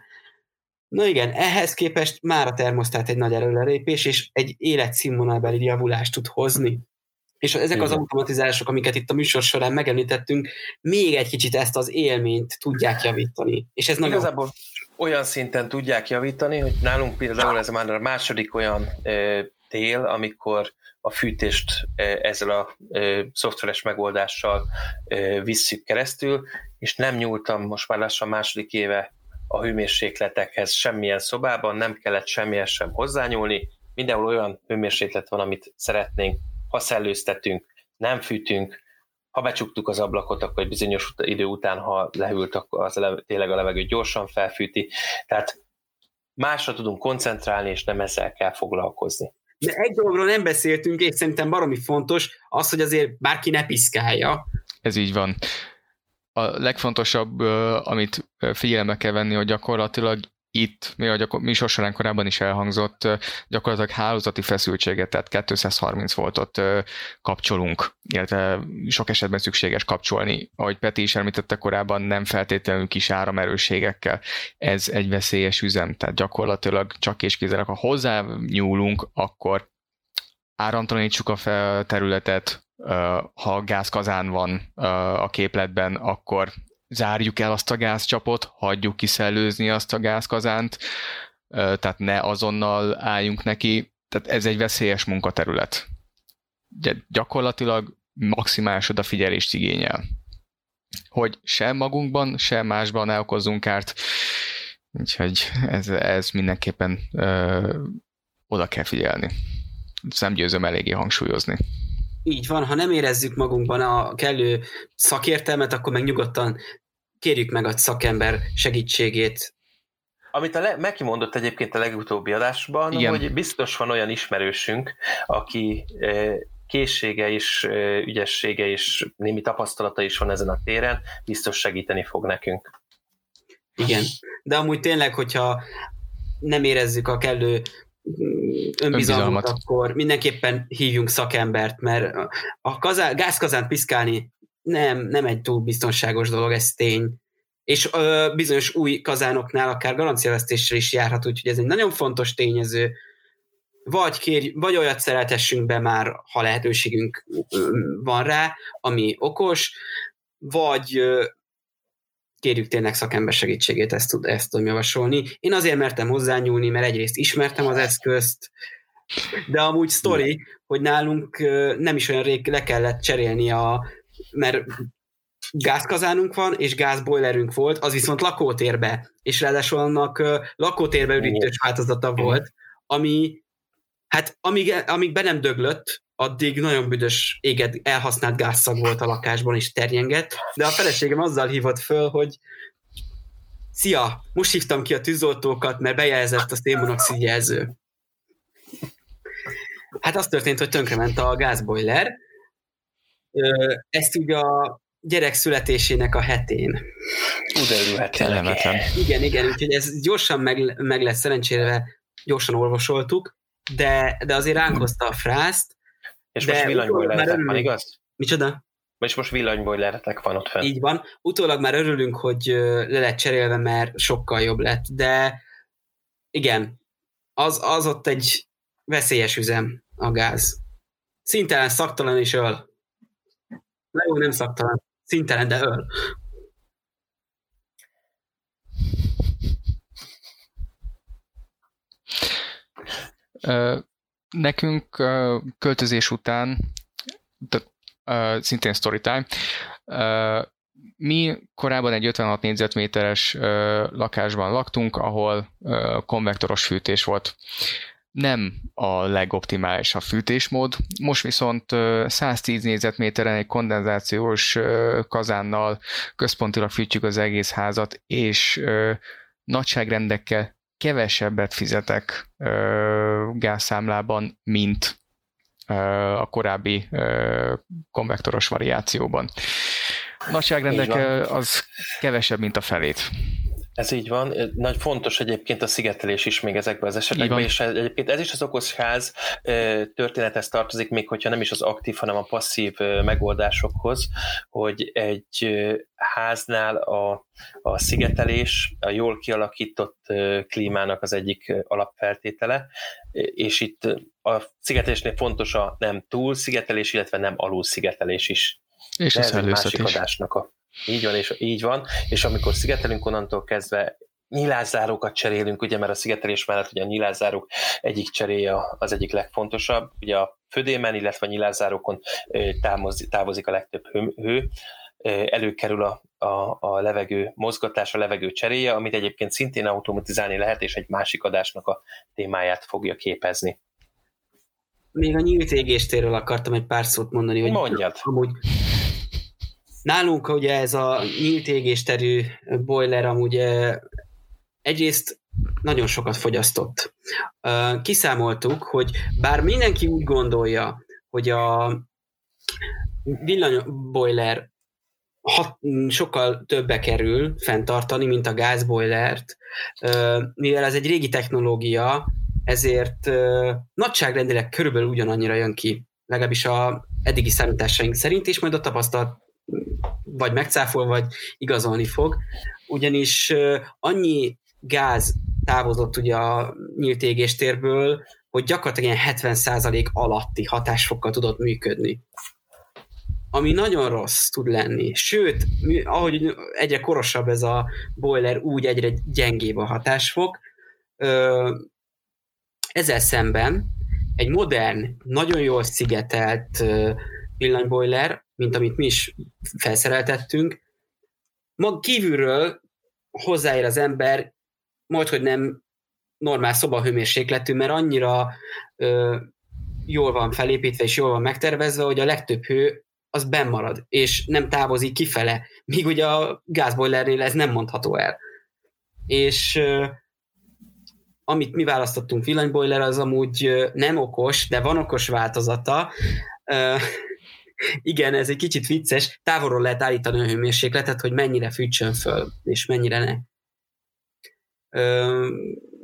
Na igen, ehhez képest már a termosztát egy nagy előrelépés, és egy életszínvonalbeli javulást tud hozni. És ezek igen. Az automatizálások, amiket itt a műsor során megemlítettünk, még egy kicsit ezt az élményt tudják javítani. És ez nagyon... Igazából olyan szinten tudják javítani, hogy nálunk például ez már a második olyan e, tél, amikor a fűtést e, ezzel a e, szoftveres megoldással e, visszük keresztül, és nem nyúltam most már lassan második éve a hőmérsékletekhez semmilyen szobában, nem kellett semmihez sem hozzányúlni, mindenhol olyan hőmérséklet van, amit szeretnénk, ha szellőztetünk, nem fűtünk, ha becsuktuk az ablakot, akkor egy bizonyos idő után, ha lehűlt, akkor az a, tényleg a levegő gyorsan felfűti. Tehát másra tudunk koncentrálni, és nem ezzel kell foglalkozni. De egy dologról nem beszéltünk, és szerintem baromi fontos, az, hogy azért bárki ne piszkálja. Ez így van. A legfontosabb, amit figyelembe kell venni, hogy gyakorlatilag itt, mi a műsor során korábban is elhangzott, gyakorlatilag hálózati feszültséget, tehát kétszázharminc voltot kapcsolunk, illetve sok esetben szükséges kapcsolni. Ahogy Peti is említette korábban, nem feltétlenül kis áramerősségekkel. Ez egy veszélyes üzem, tehát gyakorlatilag csak és kizárólag, ha hozzá nyúlunk, akkor áramtalanítsuk a területet, ha gázkazán van a képletben, akkor zárjuk el azt a gázcsapot, hagyjuk kiszellőzni azt a gázkazánt, tehát ne azonnal álljunk neki, tehát ez egy veszélyes munkaterület. Gyakorlatilag maximális odafigyelést igényel. Hogy sem magunkban, sem másban ne okozzunk kárt, úgyhogy ez, ez mindenképpen ö, oda kell figyelni. Ezt nem győzöm eléggé hangsúlyozni. Így van, ha nem érezzük magunkban a kellő szakértelmet, akkor meg nyugodtan kérjük meg a szakember segítségét. Amit a le- Meki mondott egyébként a legutóbbi adásban, igen, hogy biztos van olyan ismerősünk, aki eh, készsége és eh, ügyessége és némi tapasztalata is van ezen a téren, biztos segíteni fog nekünk. Igen, de amúgy tényleg, hogyha nem érezzük a kellő önbizalmat, akkor mindenképpen hívjunk szakembert, mert a kazán, gázkazánt piszkálni nem, nem egy túl biztonságos dolog, ez tény. És ö, bizonyos új kazánoknál akár garanciavesztéssel is járhat, úgyhogy ez egy nagyon fontos tényező. Vagy, kérj, vagy olyat szereltessünk be már, ha lehetőségünk van rá, ami okos, vagy ö, kérjük tényleg szakember segítségét, ezt, tud, ezt tudom javasolni. Én azért mertem hozzányúlni, mert egyrészt ismertem az eszközt, de amúgy sztori, hogy nálunk nem is olyan rég le kellett cserélni, a, mert gázkazánunk van, és gázbojlerünk volt, az viszont lakótérbe, és ráadásul annak lakótérbe ürítős változata volt, ami, hát amíg, amíg be nem döglött, addig nagyon büdös, éget, elhasznált gázszag volt a lakásban, és terjengett, de a feleségem azzal hívott föl, hogy szia, most hívtam ki a tűzoltókat, mert bejelzett a szénmonoxid jelző. Hát az történt, hogy tönkrement a gázbojler. Ezt ugye a gyerek születésének a hetén. Kellemetlen. Igen, igen, úgyhogy ez gyorsan meg, meg lesz, szerencsére gyorsan olvasoltuk, de, de azért ránk hozta a frászt. És most villanybojleretek van, igaz? Micsoda? És most villanybojleretek van ott fenn. Így van. Utólag már örülünk, hogy le lett cserélve, mert sokkal jobb lett, de igen, az, az ott egy veszélyes üzem, a gáz. Szintelen, szaktalan és öl. Na jó, nem szaktalan. Szintelen, de öl. Uh, nekünk uh, költözés után uh, szintén storytime, uh, mi korábban egy ötvenhat négyzetméteres uh, lakásban laktunk, ahol uh, konvektoros fűtés volt. Nem a legoptimálisabb fűtésmód, most viszont uh, száztíz négyzetméteren egy kondenzációs uh, kazánnal központilag fűtjük az egész házat, és uh, nagyságrendekkel kevesebbet fizetek ö, gázszámlában, mint ö, a korábbi ö, konvektoros variációban. A nagyságrendek az kevesebb, mint a felét. Ez így van. Nagy fontos egyébként a szigetelés is még ezekben az esetekben, és egyébként ez is az okos ház történethez tartozik, még hogyha nem is az aktív, hanem a passzív megoldásokhoz, hogy egy háznál a, a szigetelés a jól kialakított klímának az egyik alapfeltétele, és itt a szigetelésnél fontos a nem túl szigetelés, illetve nem alul szigetelés is. És ez egy másik adásnak a Így van, és így van, és amikor szigetelünk, onnantól kezdve nyilászárókat cserélünk, ugye, mert a szigetelés mellett ugye a nyilászárók egyik cseréje az egyik legfontosabb, ugye a födémen, illetve a nyilászárokon távozik a legtöbb hő, előkerül a, a, a levegő mozgatás, a levegő cseréje, amit egyébként szintén automatizálni lehet, és egy másik adásnak a témáját fogja képezni. Még a nyílt égéstérről akartam egy pár szót mondani, hogy mondjad. Amúgy nálunk ugye ez a nyílt égésterű boiler amúgy egyrészt nagyon sokat fogyasztott. Kiszámoltuk, hogy bár mindenki úgy gondolja, hogy a villanyboiler hat, sokkal többe kerül fenntartani, mint a gázboilert, mivel ez egy régi technológia, ezért nagyságrendileg körülbelül ugyanannyira jön ki, legalábbis a eddigi számításaink szerint, és majd a tapasztalat vagy megcáfol, vagy igazolni fog, ugyanis annyi gáz távozott ugye a nyílt égéstérből, hogy gyakorlatilag ilyen hetven százalék alatti hatásfokkal tudott működni. Ami nagyon rossz tud lenni. Sőt, ahogy egyre korosabb ez a boiler, úgy egyre gyengébb a hatásfok. Ezzel szemben egy modern, nagyon jól szigetelt villanyboiler, mint amit mi is felszereltettünk, mag kívülről hozzáér az ember, majdhogy nem normál szobahőmérsékletű, mert annyira ö, jól van felépítve és jól van megtervezve, hogy a legtöbb hő az benn marad, és nem távozik kifele, míg ugye a gázbojlernél ez nem mondható el. És ö, amit mi választottunk villanybojler, az amúgy ö, nem okos, de van okos változata. Ö, igen, ez egy kicsit vicces, távolról lehet állítani a hőmérsékletet, hogy mennyire fűtsön föl, és mennyire ne. Ö,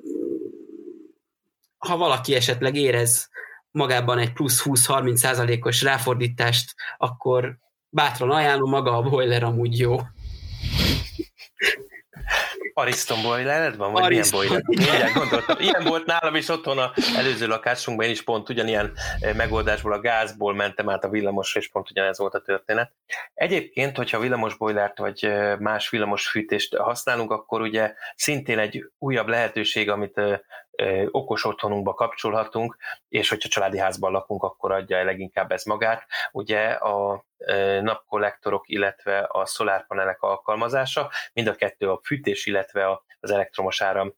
ha valaki esetleg érez magában egy plusz húsz-harminc százalékos ráfordítást, akkor bátran ajánlom, maga a boiler amúgy jó. Ariston boilered van? Vagy Ariston. milyen boiler? Mindjárt gondoltam. Ilyen volt nálam is otthon az előző lakásunkban, én is pont ugyanilyen megoldásból, a gázból mentem át a villamosra, és pont ugyanez volt a történet. Egyébként, hogyha villamos boilert vagy más villamos fűtést használunk, akkor ugye szintén egy újabb lehetőség, amit okos otthonunkba kapcsolhatunk, és hogyha családi házban lakunk, akkor adja leginkább ez magát. Ugye a napkollektorok, illetve a szolárpanelek alkalmazása, mind a kettő a fűtés, illetve az elektromos áram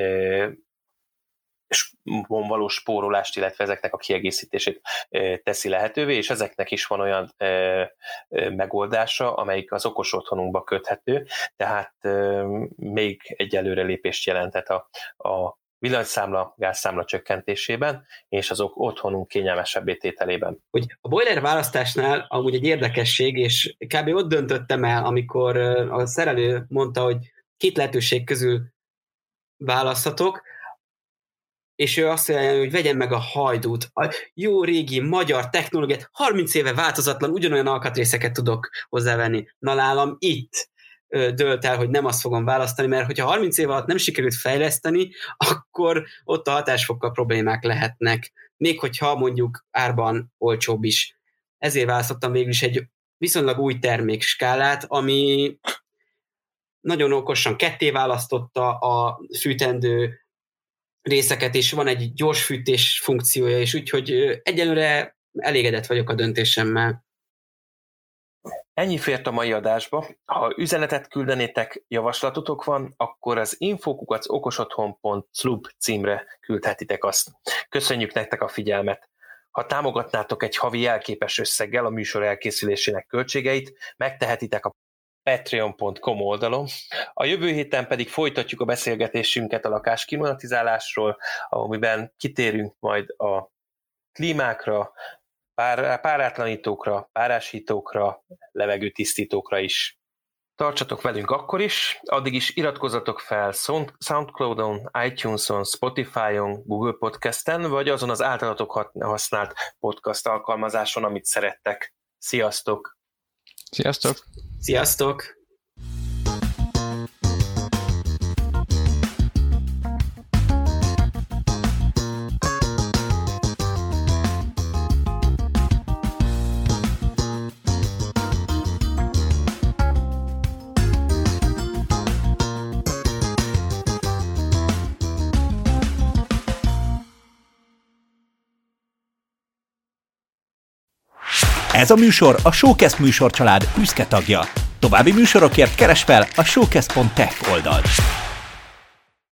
való spórolást, illetve ezeknek a kiegészítését teszi lehetővé, és ezeknek is van olyan megoldása, amelyik az okos otthonunkba köthető, tehát még egy előrelépést jelentett a, a villanyszámla, gázszámla csökkentésében, és az otthonunk kényelmesebbé tételében. Hogy a boiler választásnál amúgy egy érdekesség, és kb. Ott döntöttem el, amikor a szerelő mondta, hogy két lehetőség közül választhatok, és ő azt mondja, hogy vegyem meg a Hajdút, a jó régi magyar technológiát, harminc éve változatlan, ugyanolyan alkatrészeket tudok hozzávenni. Na nálam itt dölt el, hogy nem azt fogom választani, mert hogyha harminc év alatt nem sikerült fejleszteni, akkor ott a hatásfokkal problémák lehetnek. Még hogyha mondjuk árban olcsóbb is. Ezért választottam végül is egy viszonylag új termékskálát, ami nagyon okosan ketté választotta a fűtendő részeket, és van egy gyors fűtés funkciója, és úgyhogy egyelőre elégedett vagyok a döntésemmel. Ennyi fért a mai adásba. Ha üzenetet küldenétek, javaslatotok van, akkor az info kukac okosotthon pont club címre küldhetitek azt. Köszönjük nektek a figyelmet! Ha támogatnátok egy havi jelképes összeggel a műsor elkészülésének költségeit, megtehetitek a patreon pont com oldalon. A jövő héten pedig folytatjuk a beszélgetésünket a lakás klimatizálásról, amiben kitérünk majd a klímákra, pár, párátlanítókra, párásítókra, levegőtisztítókra is. Tartsatok velünk akkor is, addig is iratkozzatok fel Soundcloudon, iTuneson, Spotify-on, Google Podcasten, vagy azon az általatok használt podcast alkalmazáson, amit szerettek. Sziasztok! Sziasztok! Sziasztok! Ez a műsor a Showcast műsorcsalád büszke tagja. További műsorokért keresd fel a showcast pont tech oldalt.